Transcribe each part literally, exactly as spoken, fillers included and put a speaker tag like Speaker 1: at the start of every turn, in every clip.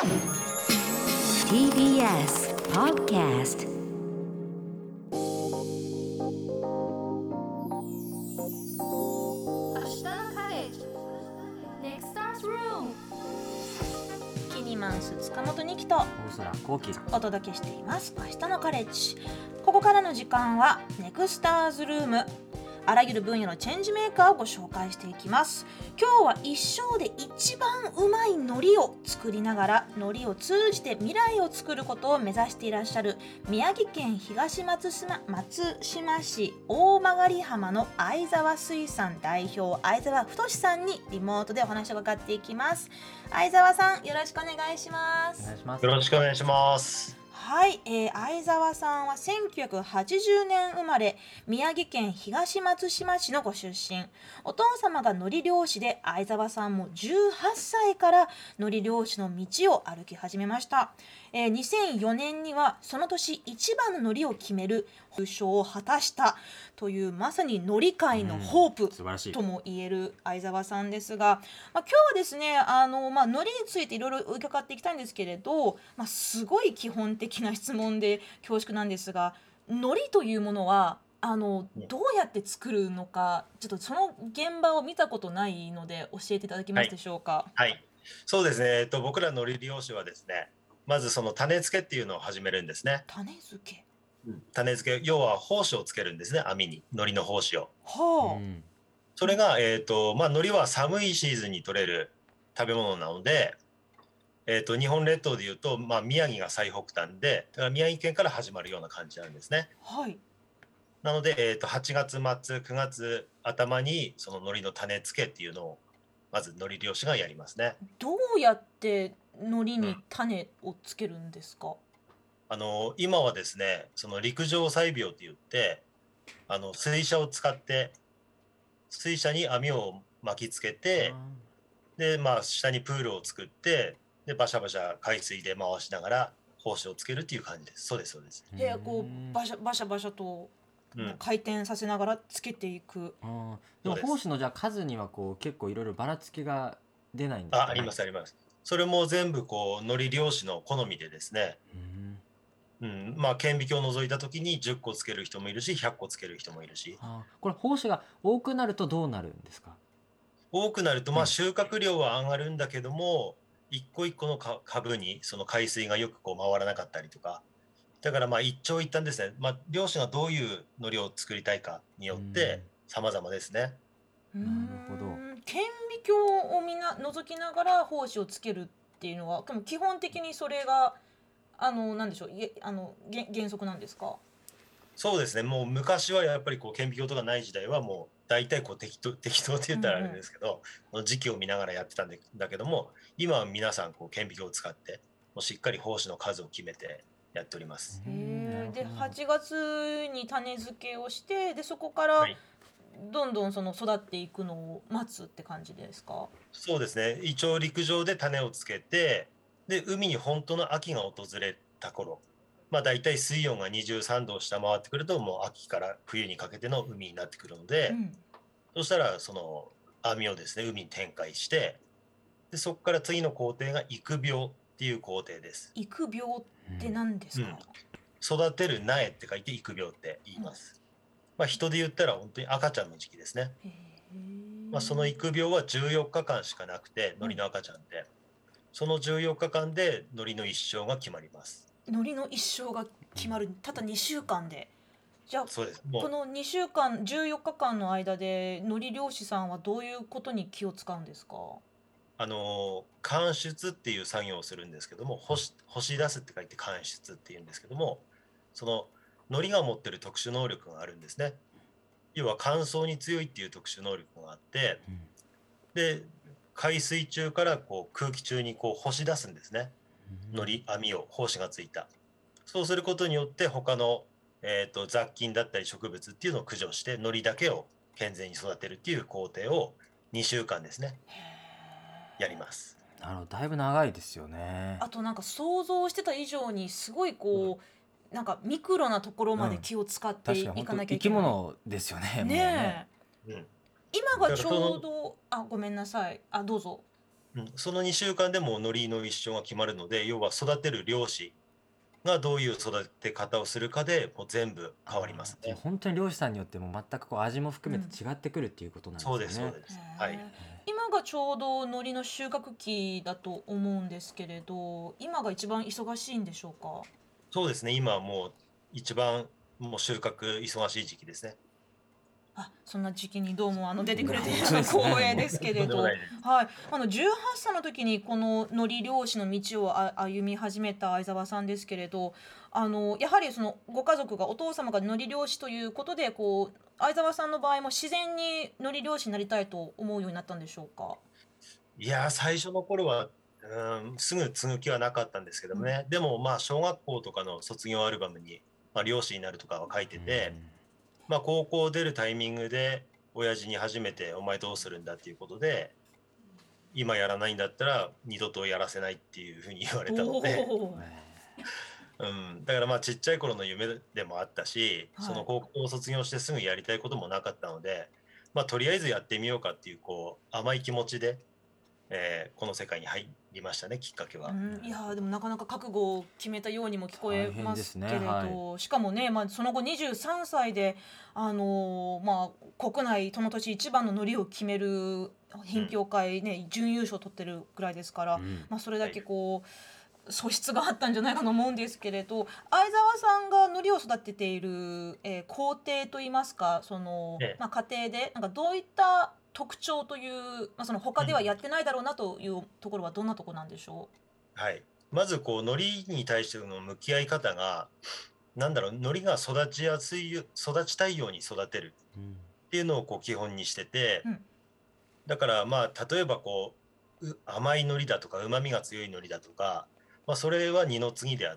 Speaker 1: ティービーエス Podcast
Speaker 2: キニマンス塚本二木と
Speaker 3: 大空幸輝
Speaker 2: お届けしています明日のカレッジ。ここからの時間はネクスターズルーム、あらゆる分野のチェンジメーカーをご紹介していきます。今日は一生で一番うまい海苔を作りながら海苔を通じて未来を作ることを目指していらっしゃる宮城県東松島、松島市大曲浜の相沢水産代表相沢太さんにリモートでお話を伺っていきます。相沢さん、よろしくお願いします。
Speaker 3: お願いします。
Speaker 4: よろしくお願いします。
Speaker 2: はい、えー、相沢さんはせんきゅうひゃくはちじゅうねん生まれ、宮城県東松島市のご出身。お父様が海苔漁師で、相沢さんもじゅうはっさいから海苔漁師の道を歩き始めました。えー、にせんよねんにはその年一番の海苔を決める優勝を果たしたという、まさに海苔界のホープ、
Speaker 3: うん、素晴らしい
Speaker 2: とも言える相沢さんですが、まあ、今日はですね、あの、まあ、海苔についていろいろ伺っていきたいんですけれど、まあ、すごい基本的な質問で恐縮なんですが、海苔というものはあのどうやって作るのか、ちょっとその現場を見たことないので教えていただけますでしょうか。
Speaker 4: はい、はい、そうですね、えっと、僕ら海苔漁師はですね、まずその種付けっていうのを始めるんですね。
Speaker 2: 種付け、
Speaker 4: うん、種付け、要は胞子をつけるんですね、網に海苔の胞子を。
Speaker 2: はあ、
Speaker 3: うん、
Speaker 4: それが、えーとまあ、海苔は寒いシーズンに取れる食べ物なので、えーと日本列島でいうと、まあ、宮城が最北端で、だから宮城県から始まるような感じなんですね。
Speaker 2: はい、
Speaker 4: なので、えーとはちがつ末くがつ頭にその海苔の種付けっていうのをまず海苔漁師がやりますね。
Speaker 2: どうやって海苔に種をつけるんですか。
Speaker 4: あの今はですね、その陸上採苗って言って、あの水車を使って水車に網を巻きつけて、で、まあ、下にプールを作って、でバシャバシャ海水で回しながら胞子をつけるっていう感じです。そうですそうです。
Speaker 2: でこうバシャバシャバシャと
Speaker 4: うん
Speaker 2: 回転させながらつけていく。
Speaker 3: あーでも
Speaker 4: そうです
Speaker 3: 胞子のじゃあ数にはこう結構いろいろばらつきが出ないんですかね。
Speaker 4: あ、ありますあります。それも全部こう海苔漁師の好みでですね、
Speaker 3: うん
Speaker 4: うん、まあ顕微鏡を除いた時にじゅっこつける人もいるし、ひゃっこつける人もいるし、
Speaker 3: あーこれ胞子が多くなるとどうなるんですか。
Speaker 4: 多くなるとま
Speaker 3: うん
Speaker 4: あ収穫量は上がるんだけども、一個一個のか株にその海水がよくこう回らなかったりとか、だからまあ一長一短ですね。まあ漁師がどういう海苔を作りたいかによって様々ですね。
Speaker 2: うーん
Speaker 3: なるほど
Speaker 2: 顕微鏡をみんな覗きながら胞子をつけるっていうのは、でも基本的にそれがあのなんでしょう、いえあのげ原則なんですか。
Speaker 4: そうですね。もう昔はやっぱりこう顕微鏡とかない時代はもう大体こう適当適当って言ったらあれですけど、この時期を見ながらやってたんだけども、今は皆さんこう顕微鏡を使ってもうしっかり胞子の数を決めてやっております。
Speaker 3: うんなる
Speaker 2: へえ。で
Speaker 3: ほど
Speaker 2: はちがつに種付けをして、でそこから
Speaker 4: はい、
Speaker 2: どんどんその育っていくのを待つって感じですか。
Speaker 4: そうですね。一応陸上で種をつけて、で海に本当の秋が訪れた頃、まあ大体水温がにじゅうさんどを下回ってくるともう秋から冬にかけての海になってくるので、
Speaker 2: うん、
Speaker 4: そしたらその網をですね海に展開して、でそこから次の工程が育苗っていう工程です。
Speaker 2: 育苗って何ですか。
Speaker 4: うん育てる苗って書いて育苗って言います。まあ人で言ったら本当に赤ちゃんの時期ですね。
Speaker 2: へえ。
Speaker 4: まあ、その育苗はじゅうよっかかんしかなくて、海苔の赤ちゃんってそのじゅうよっかかんで海苔の一生が決まります。
Speaker 2: 海苔の一生が決まる、たったにしゅうかんで。じゃあ
Speaker 4: そうです。もう
Speaker 2: このにしゅうかんじゅうよっかかんの間で海苔漁師さんはどういうことに気を使うんですか。
Speaker 4: あの乾出っていう作業をするんですけども、干し干し出すって書いて乾出っていうんですけども、その海苔が持ってる特殊能力があるんですね。要は乾燥に強いっていう特殊能力があって、で海水中からこう空気中にこう干し出すんですね。海苔網を胞子がついた。そうすることによって他の、えー、と雑菌だったり植物っていうのを駆除して海苔だけを健全に育てるっていう工程をにしゅうかんですねやります。
Speaker 3: なるほど、だいぶ長いですよね。
Speaker 2: あとなんか想像してた以上にすごいこう、なんかミクロなところまで気を使ってい
Speaker 3: 確かに
Speaker 2: か
Speaker 3: 本当生き
Speaker 2: なきゃいけない。
Speaker 3: 物ですよね。もう
Speaker 2: ねえ。
Speaker 4: うん、
Speaker 2: 今がちょうど、あ、ごめんなさい。あ、どうぞ。
Speaker 4: うん、そのにしゅうかんでもう海苔の一生が決まるので、要は育てる漁師がどういう育て方をするかでもう全部変わります
Speaker 3: あーじゃあ
Speaker 4: ね。
Speaker 3: 本当に漁師さんによっても全くこう味も含め
Speaker 2: うん
Speaker 3: て違ってくるっていうことなんで
Speaker 4: そうです、そう
Speaker 3: すよね。
Speaker 4: です。はい。
Speaker 2: へー今がちょうど海苔の収穫期だと思うんですけれど、今が一番忙しいんでしょうか？
Speaker 4: そうですね。今はもう一番もう収穫忙しい時期ですね。
Speaker 2: あ、そんな時期にどうもあの出てくれて
Speaker 3: いや本当ですね
Speaker 2: 光栄ですけれど、
Speaker 4: とんでもないです。
Speaker 2: はい、あのじゅうはっさいの時にこの海苔漁師の道をあ歩み始めた相沢さんですけれど、あのやはりそのご家族がお父様が海苔漁師ということで、こう相沢さんの場合も自然に海苔漁師になりたいと思うようになったんでしょうか？
Speaker 4: いやー、最初の頃は、うん、すぐ継ぐ気はなかったんですけどもね。でもまあ小学校とかの卒業アルバムに、まあ、漁師になるとかは書いてて、まあ高校出るタイミングで親父に初めてお前どうするんだっていうことで、今やらないんだったら二度とやらせないっていうふうに言われたので、
Speaker 2: おー
Speaker 4: うん、だからまあちっちゃい頃の夢でもあったし、
Speaker 2: はい
Speaker 4: その高校を卒業してすぐやりたいこともなかったので、まあとりあえずやってみようかっていうこう甘い気持ちで、えーこの世界に入りましたね、きっかけは。
Speaker 2: うん、いやーでもなかなか覚悟を決めたようにも聞こえ
Speaker 3: 大変ですね
Speaker 2: ますけれど、
Speaker 3: は
Speaker 2: しかもね、まあ、その後にじゅうさんさいで、あのーまあ、国内その年一番のノリを決める品評会、ね準優勝を取ってるぐらいですから、
Speaker 3: うん
Speaker 2: まあ、それだけこう素質があったんじゃないかと思うんですけれど、相沢さんが海苔を育てている、えー工程といいますか、その、
Speaker 4: ええ
Speaker 2: まあ、家庭でなんかどういった特徴という、まあ、その他ではやってないだろうなというところはどんなところなんでしょ
Speaker 4: はい。まずこう海苔に対しての向き合い方が、なんだろう、海苔が育ちやすいよ、育ちたいように育てる
Speaker 3: うん
Speaker 4: っていうのをこう基本にしてて、
Speaker 2: うん
Speaker 4: だからまあ例えばこうう甘い海苔だとか旨味が強い海苔だとか、まあ、それは二の次であって、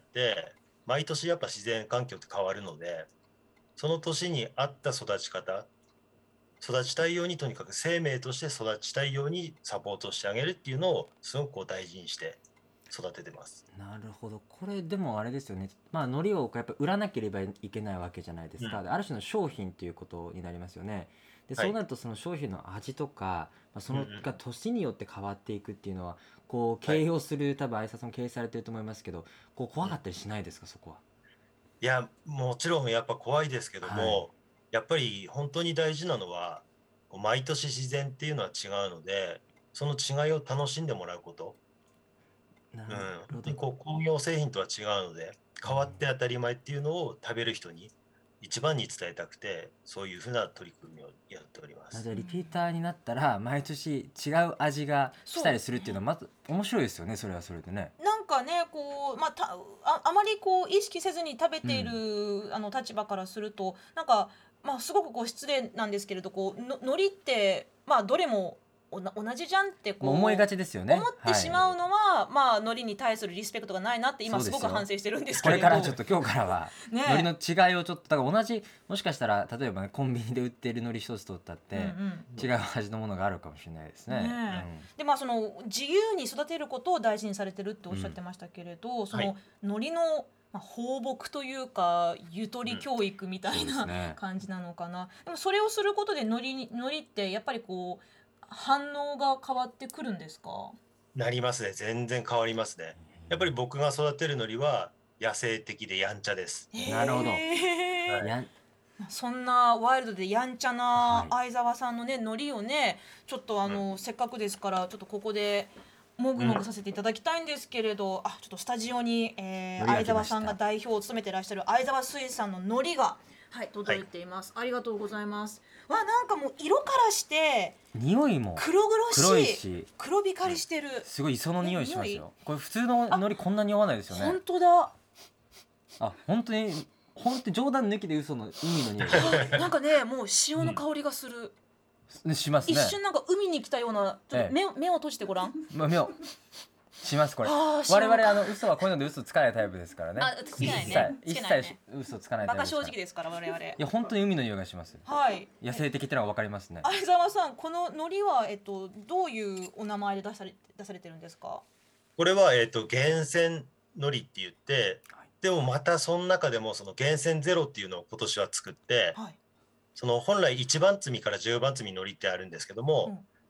Speaker 4: 毎年やっぱ自然環境って変わるので、その年に合った育ち方、育ちたいように、とにかく生命として育ちたいようにサポートしてあげるっていうのをすごくこう大事にして育ててます。
Speaker 3: なるほど。これでもあれですよね。まあ海苔をやっぱ売らなければいけないわけじゃないですか。
Speaker 4: うん
Speaker 3: である種の商品っていうことになりますよね。で
Speaker 4: はい
Speaker 3: そうなるとその商品の味とか、まあ、その
Speaker 4: うんうん
Speaker 3: が年によって変わっていくっていうのはこう
Speaker 4: はい
Speaker 3: 経営をする、多分相沢さんも経営されてると思いますけど、こう怖かったりしないですか、そこは。
Speaker 4: いや、もちろんやっぱ怖いですけども、
Speaker 3: は
Speaker 4: やっぱり本当に大事なのは、こう毎年自然っていうのは違うので、その違いを楽しんでもらうこと。うん、
Speaker 3: なる
Speaker 4: 本
Speaker 3: ほど。
Speaker 4: 当にこう工業製品とは違うので、変わって当たり前っていうのを食べる人に一番に伝えたくて、そういうふうな取り組みをやっております。
Speaker 3: なのでリピーターになったら毎年違う味がしたりするっていうのはまず面白いですよね。それはそれでね。
Speaker 2: う。なんかねこう、まあ、たああまりこう意識せずに食べている、あの立場からするとなんか、まあ、すごくこう失礼なんですけれど、こうの海苔って、まあ、どれもおな同じじゃんってこう
Speaker 3: もう思いがちですよね。
Speaker 2: 思ってしまう
Speaker 3: はい
Speaker 2: のは、まあ海苔に対するリスペクトがないなって今す
Speaker 3: そうですよ
Speaker 2: ごく反省してるんですけれど。
Speaker 3: これからちょっと今日からは
Speaker 2: ね
Speaker 3: 海苔の違いをちょっとだから同じもしかしたら例えばねコンビニで売ってる海苔一つとったって、
Speaker 2: うんうん
Speaker 3: 違う味のものがあるかもしれないですね。
Speaker 2: ねでまあその自由に育てることを大事にされてるっておっしゃってましたけれど、その
Speaker 4: はい
Speaker 2: 海苔の、まあ、放牧というかゆとり教育みたい
Speaker 3: そうです
Speaker 2: な、
Speaker 3: ね
Speaker 2: 感じなのかな。でもそれをすることで海苔に海苔ってやっぱりこう反応が変わってくるんですか？
Speaker 4: なりますね。全然変わりますね。やっぱり僕が育てる海苔は野生的でやんちゃです。
Speaker 3: なるほど
Speaker 2: へー
Speaker 4: はい
Speaker 3: や
Speaker 2: そんなワイルドでやんちゃな
Speaker 3: はい
Speaker 2: 相沢さんのね海苔をねちょっとあの、せっかくですからちょっとここでもぐもぐさせていただきたいんですけれど、あちょっとスタジオに、えー
Speaker 3: 海苔が来ました
Speaker 2: 相沢さんが代表を務めていらっしゃる相沢水産の海苔が、はい、届いています、ありがとうございます。わなんかもう色からして
Speaker 3: 匂いも
Speaker 2: 黒々しい
Speaker 3: 黒いし
Speaker 2: 黒光りしてる、
Speaker 3: すごい磯の匂いします
Speaker 2: え匂
Speaker 3: よ。これ普通の海苔こんなに匂わないですよね
Speaker 2: 本。当だ
Speaker 3: あ本当に本当に冗談抜きで嘘の海の匂い
Speaker 2: なんかねもう潮の香りがする、
Speaker 3: がしますね。
Speaker 2: 一瞬なんか海に来たようなちょっ
Speaker 3: ええ
Speaker 2: と目,、目を閉じてごらん。
Speaker 3: まあ目をしますこれ。
Speaker 2: あー
Speaker 3: 我々あの嘘はこういうので嘘つかないタイプですからね。
Speaker 2: あつけないね
Speaker 3: 一切一
Speaker 2: つけないね
Speaker 3: 切嘘つかないタ
Speaker 2: バカ正
Speaker 3: イプですから。
Speaker 2: 直ですから我々。
Speaker 3: いや本当に海の匂いがします。
Speaker 2: はい。
Speaker 3: 野生的ってのは分かりますね。
Speaker 2: 相沢さんこの海苔はえっとどういうお名前で出され出されてるんですか？
Speaker 4: これは、えっと、厳選海苔って言って、
Speaker 3: はい
Speaker 4: でもまたその中でもその厳選ゼロっていうのを今年は作って、
Speaker 2: はい。
Speaker 4: その本来いちばん摘みからじゅうばん摘み海苔ってあるんですけども、
Speaker 2: うん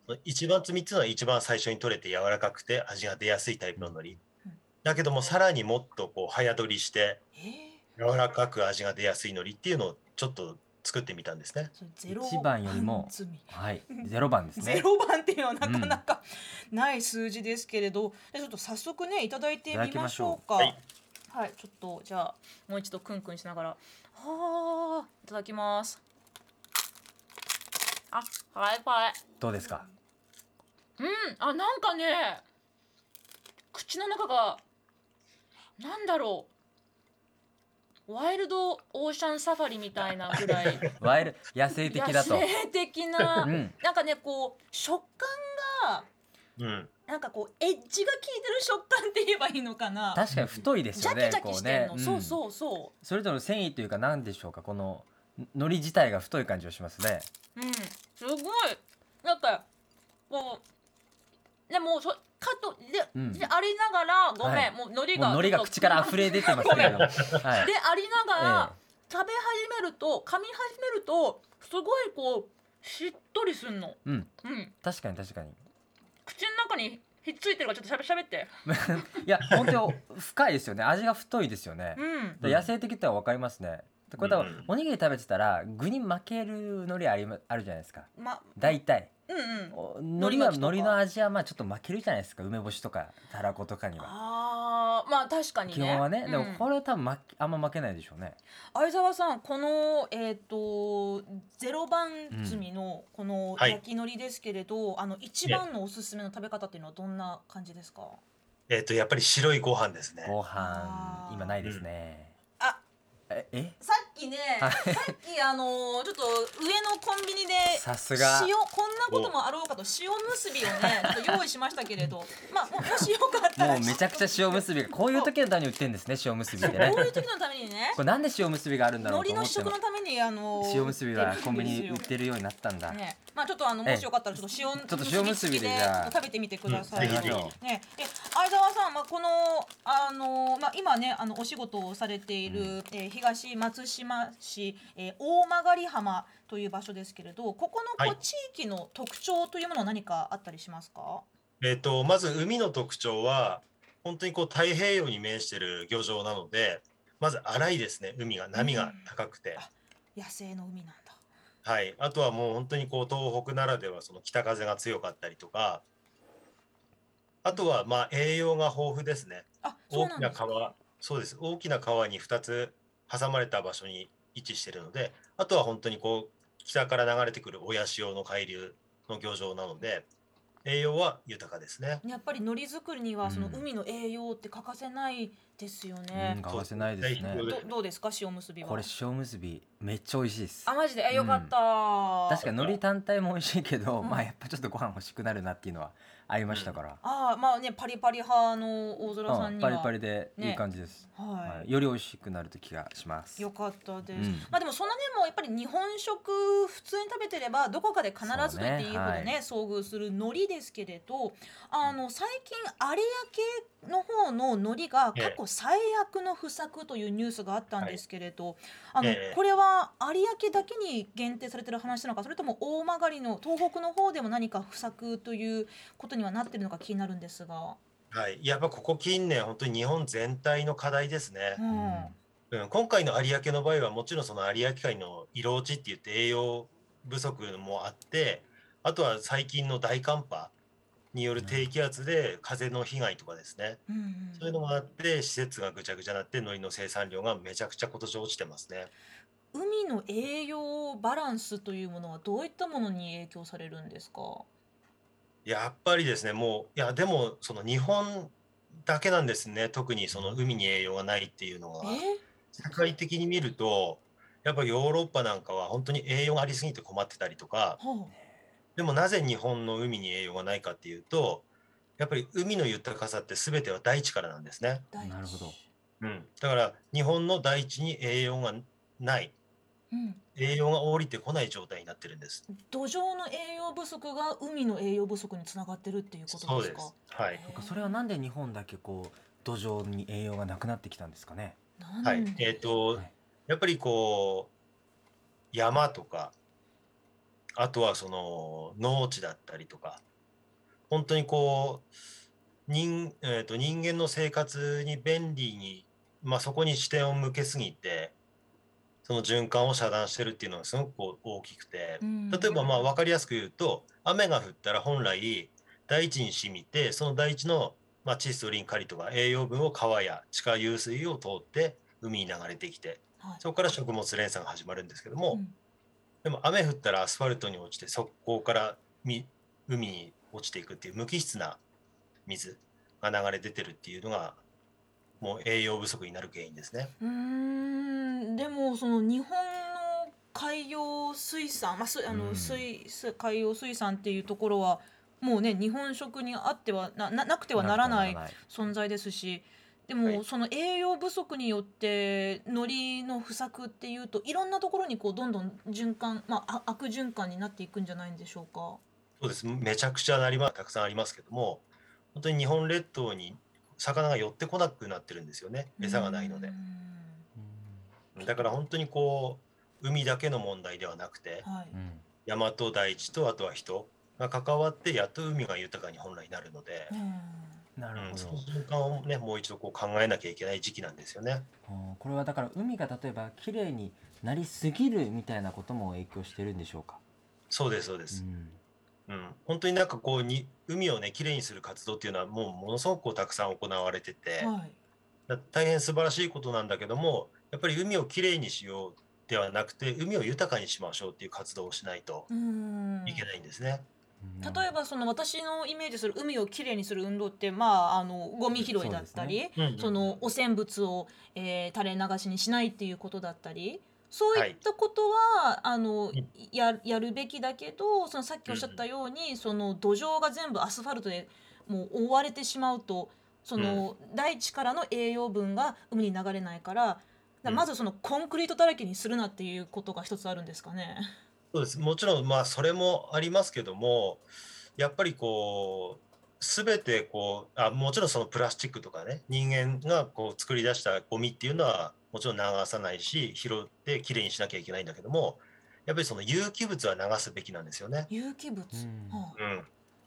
Speaker 4: 一番摘みっていうのは一番最初に取れて柔らかくて味が出やすいタイプの海苔、
Speaker 2: うん
Speaker 4: だけどもさらにもっとこう早取りして
Speaker 2: え
Speaker 4: 柔らかく味が出やすい海苔っていうのをちょっと作ってみたんですね。
Speaker 2: ー、それゼロ
Speaker 3: 一番よりも
Speaker 2: 積み
Speaker 3: はいゼロばんですね。
Speaker 2: ゼロばんっていうのはなかなかない数字ですけれど、でちょっと早速ねいただいてみましょうか。
Speaker 4: いただきましょう
Speaker 2: はい、ちょっとじゃあもう一度クンクンしながら、はあ、いただきます。あ、はいはい。
Speaker 3: どうですか。
Speaker 2: うん、あ、なんかね、口の中がなんだろう、ワイルドオーシャンサファリみたいなぐらい
Speaker 3: ワイル野生的だと。
Speaker 2: 野生的な、
Speaker 3: うん
Speaker 2: なんかねこう食感が
Speaker 4: うん、
Speaker 2: なんかこうエッジが効いてる食感って言えばいいのかな。
Speaker 3: 確かに太いです
Speaker 2: ジャ
Speaker 3: よね。
Speaker 2: キジャキしてんの、
Speaker 3: こうね
Speaker 2: そうそうそ
Speaker 3: それとの繊維というか何でしょうか、この海苔自体が太い感じをしますね。
Speaker 2: う。うん、すごいなんかこうでもそかとで、
Speaker 3: うん
Speaker 2: でありながらごめん、
Speaker 3: はい
Speaker 2: もう海苔
Speaker 3: もう
Speaker 2: が
Speaker 3: 海苔が口から溢れ出てますけれども、はい、
Speaker 2: でありながら、
Speaker 3: え
Speaker 2: 食べ始めると噛み始めるとすごいこうしっとりすんの。
Speaker 3: うん、
Speaker 2: うん、
Speaker 3: 確かに確かに。
Speaker 2: 口の中にひっついてるからちょっとしゃべしゃべって。
Speaker 3: いや本当に深いですよね。味が太いですよね。
Speaker 2: うん
Speaker 3: で野生的ってのは分かりますね。でこれ多分、
Speaker 4: うん
Speaker 3: おにぎり食べてたら具に負ける海苔ありまあるじゃないですか。
Speaker 2: ま
Speaker 3: 大体
Speaker 2: うんうん
Speaker 3: お海苔は
Speaker 2: 海苔巻きとか
Speaker 3: 海苔の味はまあちょっと負けるじゃないですか。梅干しとかたらことかには。
Speaker 2: あーまあ確かにね
Speaker 3: 基本はね。でも
Speaker 2: うん
Speaker 3: これは多分負けあんま負けないでしょうね。
Speaker 2: 相沢さんこのえっ、とゼロ番積みのこの
Speaker 4: はい
Speaker 2: 焼き海苔ですけれど、あの一番のおすすめの食べ方っていうのはどんな感じですか？
Speaker 4: えっ、とやっぱり白いご飯ですね。
Speaker 3: ご
Speaker 2: あー
Speaker 3: 飯今ないですね。
Speaker 2: あ
Speaker 3: ええ
Speaker 2: さっきね、
Speaker 3: はい
Speaker 2: さっきあのちょっと上のコンビニで
Speaker 3: さすが
Speaker 2: 塩こんなこともあろうかと塩むすびをねちょっと用意しましたけれど、まあももしよかったら
Speaker 3: もうめちゃくちゃ塩むすびがこういう時のために売ってるんですね。塩むすびってね。
Speaker 2: こういう時のためにね
Speaker 3: これなんで塩むすびがあるんだろう
Speaker 2: 海苔の試
Speaker 3: と思っても
Speaker 2: 食のためにあの
Speaker 3: 塩むすびはコンビニ
Speaker 2: 売ってるんですよ
Speaker 3: 売ってるようになったんだ。
Speaker 2: ね、まあちょっとあの
Speaker 3: ええ
Speaker 2: もしよかったらちょっと塩
Speaker 3: ちょっと塩むすびでじゃあ
Speaker 2: ちょっと食べてみてください。
Speaker 4: うんぜひぜ
Speaker 3: ひ
Speaker 2: ね、で相沢さん、まあこのあのまあ今ねあのお仕事をされている、
Speaker 3: うん
Speaker 2: えー東松島市、えー大曲浜という場所ですけれど、ここのこう、
Speaker 4: はい
Speaker 2: 地域の特徴というものは何かあったりしますか？
Speaker 4: えっ、とまず海の特徴は本当にこう太平洋に面している漁場なので、まず荒いですね。海が波が高くて、
Speaker 2: 野生の海なんだ。
Speaker 4: はい。あとはもう本当にこう東北ならではその北風が強かったりとか、あとはまあ栄養が豊富ですね。
Speaker 2: あ、そう
Speaker 4: 大き
Speaker 2: なんですか。
Speaker 4: な川、そうです。大きな川にふたつ挟まれた場所に位置しているので、あとは本当にこう北から流れてくる親潮の海流の漁場なので、栄養は豊かですね。
Speaker 2: やっぱり海苔作りにはその
Speaker 3: うん
Speaker 2: 海の栄養って欠かせないですよ
Speaker 3: うん
Speaker 2: ね。
Speaker 3: 欠かせないですね
Speaker 4: そう。
Speaker 2: どどうですか塩むすびは？
Speaker 3: これ塩むすびめっちゃ美味しいです。
Speaker 2: あマジでえよかった、
Speaker 3: 確かに海苔単体も美味しいけど、
Speaker 2: うん
Speaker 3: まあやっぱちょっとご飯欲しくなるなっていうのはありましたから。
Speaker 2: ああまあねパリパリ派の大空さんには、
Speaker 3: うんパリパリでいい感じです。
Speaker 2: は、
Speaker 3: はいい、より美味しくなると気がします。
Speaker 2: よかったです、
Speaker 3: うん
Speaker 2: まあでもそんなねもうやっぱり日本食普通に食べてればどこかで必ずと言っていいほどね
Speaker 3: そう
Speaker 2: 遭遇する海苔ですけれど、あの最近有明の方の海苔が過去最悪の不作というニュースがあったんですけれど、あの
Speaker 4: ええ
Speaker 2: これは有明だけに限定されてる話なのか、それとも大曲の東北の方でも何か不作ということにはなってるのか気になるんですが、
Speaker 4: はい。やっぱここ近年本当に日本全体の課題ですね
Speaker 2: う。ん
Speaker 4: うん、今回の有明の場合はもちろんその有明海の色落ちって言って栄養不足もあって、あとは最近の大寒波による低気圧で風の被害とかですね、
Speaker 2: うんうん
Speaker 4: そういうのもあって施設がぐちゃぐちゃになって海苔の生産量がめちゃくちゃ今年落ちてますね。
Speaker 2: 海の栄養バランスというものはどういったものに影響されるんですか？
Speaker 4: やっぱりですね、もういやでもその日本だけなんですね。特にその海に栄養がないっていうのは
Speaker 2: え
Speaker 4: 世界的に見ると、やっぱヨーロッパなんかは本当に栄養がありすぎて困ってたりとか、
Speaker 2: は
Speaker 4: でもなぜ日本の海に栄養がないかっていうと、やっぱり海の豊かさって全ては大地からなんですね。
Speaker 2: あ、大地
Speaker 3: なるほど。
Speaker 4: うん、だから日本の大地に栄養がない、
Speaker 2: うん、
Speaker 4: 栄養が降りてこない状態になってるんです。
Speaker 2: 土壌の栄養不足が海の栄養不足につながってるっていうことでか？
Speaker 4: そうですす。はい。
Speaker 3: なんかそれはなんで日本だけこう土壌に栄養がなくなってきたんですかね。
Speaker 2: なん
Speaker 4: はい
Speaker 2: で、
Speaker 4: えっ、と、
Speaker 3: はい
Speaker 4: やっぱりこう山とか、 あとはその農地だったりとか、本当にこう人、えーと、人間の生活に便利に、まあ、そこに視点を向けすぎて、その循環を遮断してるっていうのがすごくこう大きくて、
Speaker 2: うん
Speaker 4: 例えばまあ分かりやすく言うと、雨が降ったら本来大地に染みて、その大地のまあ窒素、リン、カリとか栄養分を川や地下湧水を通って海に流れてきて、
Speaker 2: はい
Speaker 4: そこから食物連鎖が始まるんですけども、
Speaker 2: うん
Speaker 4: でも雨降ったらアスファルトに落ちて、そこからみ海に落ちていくっていう無機質な水が流れ出てるっていうのが、もう栄養不足になる原因ですね。
Speaker 2: うーんでもその日本の海洋水産、まあ、すあの
Speaker 3: うん
Speaker 2: 水水海洋水産っていうところはもうね日本食にあってはな、ななくてはならない存在ですし、でも、
Speaker 4: はい
Speaker 2: その栄養不足によって海苔の不作っていうといろんなところにこうどんどん循環、まあ、あ悪循環になっていくんじゃないんでしょうか。
Speaker 4: そうです。めちゃくちゃなりまたくさんありますけども、本当に日本列島に魚が寄ってこなくなってるんですよね。餌がないので。
Speaker 2: うーん
Speaker 3: うん
Speaker 4: だから本当にこう海だけの問題ではなくて、
Speaker 2: はい
Speaker 3: うん
Speaker 4: 山と大地とあとは人が関わってやっと海が豊かに本来なるので、うん、
Speaker 3: なるほど、
Speaker 4: その循環をねもう一度こう考えなきゃいけない時期なんですよね。
Speaker 3: あーこれはだから海が例えば綺麗になりすぎるみたいなことも影響してるんでしょうか。
Speaker 4: そうですそうで
Speaker 3: う
Speaker 4: す。
Speaker 3: ん
Speaker 4: うん、本当になんかこうに海をねきれいにする活動っていうのはもうものすごくこうたくさん行われてて、
Speaker 2: はい
Speaker 4: だ大変素晴らしいことなんだけども、やっぱり海をきれいにしようではなくて海を豊かにしましょうっていう活動をしないと
Speaker 2: うーん
Speaker 4: いけないんですね。
Speaker 3: うん
Speaker 2: 例えばその私のイメージする海をきれいにする運動って、まあ、あのゴミ拾いだったり、
Speaker 4: うんうんうん
Speaker 2: その汚染物を、えー垂れ流しにしないっていうことだったり、そういったことは、あの
Speaker 4: うん
Speaker 2: ややるべきだけど、そのさっきおっしゃったように、その土壌が全部アスファルトでもう覆われてしまうと、その大地からの栄養分が海に流れないから、だからまずそのコンクリートだらけにするなっていうことが一つあるんですかね。
Speaker 4: そうです。もちろんまあそれもありますけども、やっぱりこう全てこうあもちろんそのプラスチックとかね人間がこう作り出したゴミっていうのはもちろん流さないし拾ってきれいにしなきゃいけないんだけども、やっぱりその有機物は流すべきなんですよね。
Speaker 2: 有機物、
Speaker 3: うん
Speaker 2: はあ
Speaker 4: うん、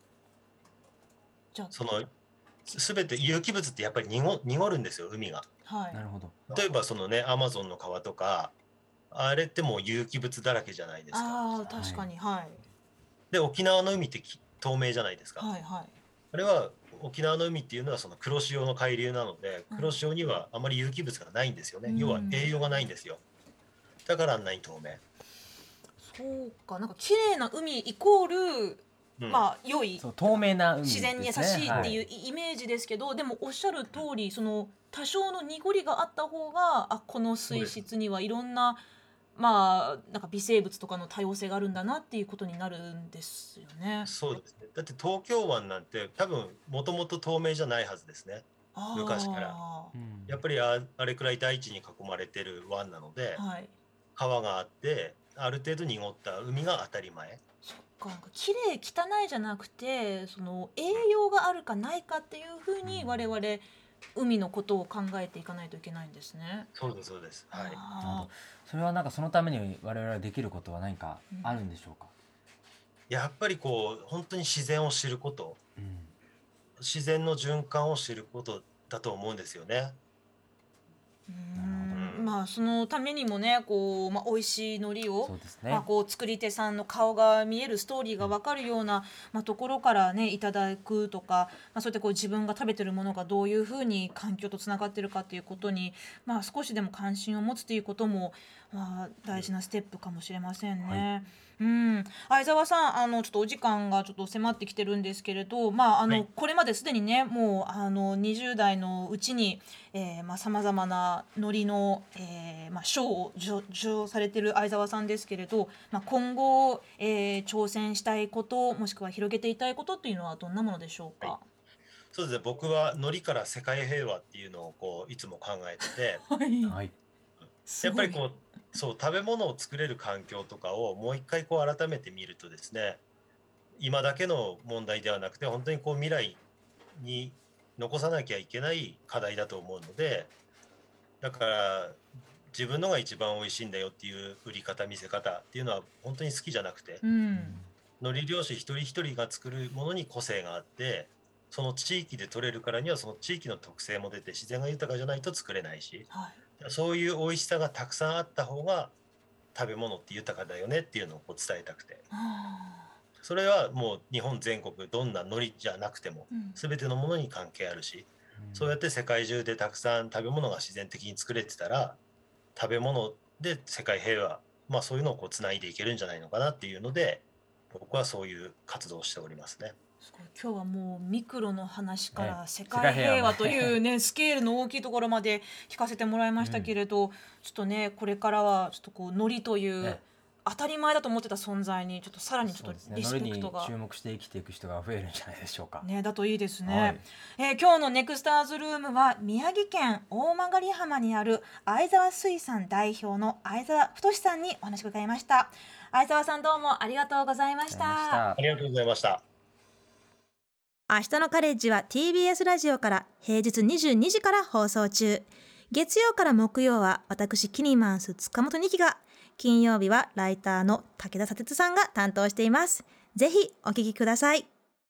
Speaker 2: じゃ
Speaker 4: そのす全て有機物ってやっぱり濁濁るんですよ海が。
Speaker 2: あはい
Speaker 3: なるほど。
Speaker 4: 例えばそのねアマゾンの川とかあれってもう有機物だらけじゃないですか。
Speaker 2: ああ確かにはい
Speaker 4: で沖縄の海ってき透明じゃないですか。
Speaker 2: はいはい
Speaker 4: あれは沖縄の海っていうのはその黒潮の海流なので、
Speaker 2: うん
Speaker 4: 黒潮にはあまり有機物がないんですよね。
Speaker 2: うん
Speaker 4: 要は栄養がないんですよ。だからあんなに透明。
Speaker 2: そうかなんか綺麗な海イコール、
Speaker 4: うん、
Speaker 2: まあ良い
Speaker 3: そう透明な海ですね。
Speaker 2: 自然に優しいっていう
Speaker 3: は
Speaker 2: イメージですけど、でもおっしゃる通りその多少の濁りがあった方があこの水質にはいろんなまあなんか微生物とかの多様性があるんだなっていうことになるんですよね。
Speaker 4: そうですね。だって東京湾なんて多分もともと透明じゃないはずですね。
Speaker 2: あー
Speaker 4: 昔から
Speaker 3: うん
Speaker 4: やっぱりああれくらい大地に囲まれてる湾なので、
Speaker 2: はい
Speaker 4: 川があってある程度濁った海が当たり前。
Speaker 2: そっかなんか綺麗汚いじゃなくてその栄養があるかないかっていうふうに我々海のことを考えていかないといけないんですね。
Speaker 4: そうですそうです。はい。
Speaker 3: なるほ
Speaker 2: あ
Speaker 3: ど。それはなんかそのために我々はできることは何かあるんでしょうか。
Speaker 4: やっぱりこう本当に自然を知ること、
Speaker 3: うん
Speaker 4: 自然の循環を知ることだと思うんですよね。
Speaker 2: ーう
Speaker 3: なる
Speaker 2: ーんまあそのためにもねこう、まあ、美味しい海苔を
Speaker 3: そうですね。
Speaker 2: まあ、こう作り手さんの顔が見えるストーリーが分かるような、まあ、ところからねいただくとか、まあ、そうやってこう自分が食べてるものがどういうふうに環境とつながってるかっていうことに、まあ、少しでも関心を持つということも、まあ、大事なステップかもしれませんね。うん、相沢さんあのちょっとお時間がちょっと迫ってきてるんですけれど、まああの
Speaker 4: はい
Speaker 2: これまですでにねもうあのにじゅう代のうちにさまざ、まな海苔の、えーまあ、賞を受受賞されてる相沢さんですけれど、まあ、今後、えー挑戦したいこともしくは広げていたいことっていうのはどんなものでしょうか。
Speaker 4: はそうですね。僕は海苔から世界平和っていうのをこういつも考えてて、
Speaker 2: はい
Speaker 3: はい。
Speaker 2: すごい
Speaker 4: やっぱりこうそう食べ物を作れる環境とかをもう一回こう改めて見るとですね、今だけの問題ではなくて本当にこう未来に残さなきゃいけない課題だと思うので、だから自分のが一番美味しいんだよっていう売り方見せ方っていうのは本当に好きじゃなくて、
Speaker 2: うん
Speaker 4: 海苔漁師一人一人が作るものに個性があって、その地域で取れるからにはその地域の特性も出て自然が豊かじゃないと作れないし、
Speaker 2: はい
Speaker 4: そういう美味しさがたくさんあった方が食べ物って豊かだよねっていうのをこう伝えたくて、
Speaker 2: あ
Speaker 4: それはもう日本全国どんな海苔じゃなくても
Speaker 2: ーうん
Speaker 4: 全てのものに関係あるし、
Speaker 3: うん
Speaker 4: そうやって世界中でたくさん食べ物が自然的に作れてたら、食べ物で世界平和、まあそういうのをこうつないでいけるんじゃないのかなっていうので、僕はそういう活動をしておりますね。
Speaker 2: すごい今日はもうミクロの話か
Speaker 3: ね
Speaker 2: ら世界平和と
Speaker 3: 世界平和
Speaker 2: いうねスケールの大きいところまで聞かせてもらいましたけれど、ちょっとねこれからはちょっとこう海苔という
Speaker 3: ね
Speaker 2: 当たり前だと思ってた存在にちょっとさらにちょっとリスペクトが
Speaker 3: 海苔に注目して生きていく人が増えるんじゃないでしょうか。
Speaker 2: ねだといいですね、
Speaker 3: はい
Speaker 2: えー今日のネクスターズルームは宮城県大曲浜にある相沢水産代表の相沢太さんにお話を伺いました。相沢さんどうもありがとうございまし
Speaker 3: ありがとうございましたた。
Speaker 4: ありがとうございました。
Speaker 2: 明日のカレッジは ティービーエス ラジオから平日にじゅうにじから放送中。月曜から木曜は私キニマンス塚本二希が、金曜日はライターの武田砂鉄さんが担当しています。ぜひお聞きください。